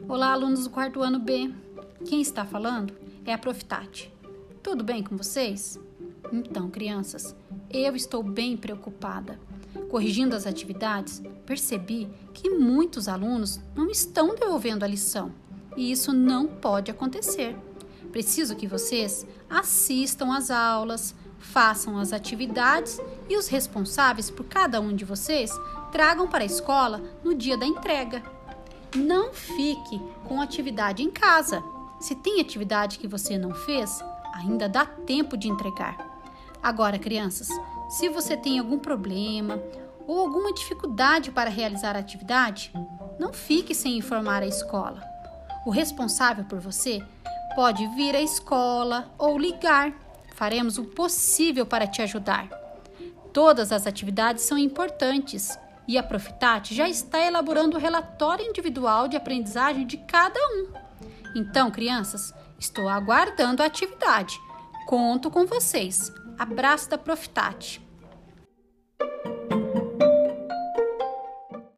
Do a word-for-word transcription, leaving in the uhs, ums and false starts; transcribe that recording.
Olá, alunos do quarto ano B. Quem está falando é a Prof Tati. Tudo bem com vocês? Então, crianças, eu estou bem preocupada. Corrigindo as atividades, percebi que muitos alunos não estão devolvendo a lição. E isso não pode acontecer. Preciso que vocês assistam às aulas, façam as atividades e os responsáveis por cada um de vocês tragam para a escola no dia da entrega. Não fique com atividade em casa. Se tem atividade que você não fez, ainda dá tempo de entregar. Agora, crianças, se você tem algum problema ou alguma dificuldade para realizar a atividade, não fique sem informar a escola. O responsável por você pode vir à escola ou ligar. Faremos o possível para te ajudar. Todas as atividades são importantes e a Prof Tati já está elaborando o relatório individual de aprendizagem de cada um. Então, crianças, estou aguardando a atividade. Conto com vocês. Abraço da Prof Tati.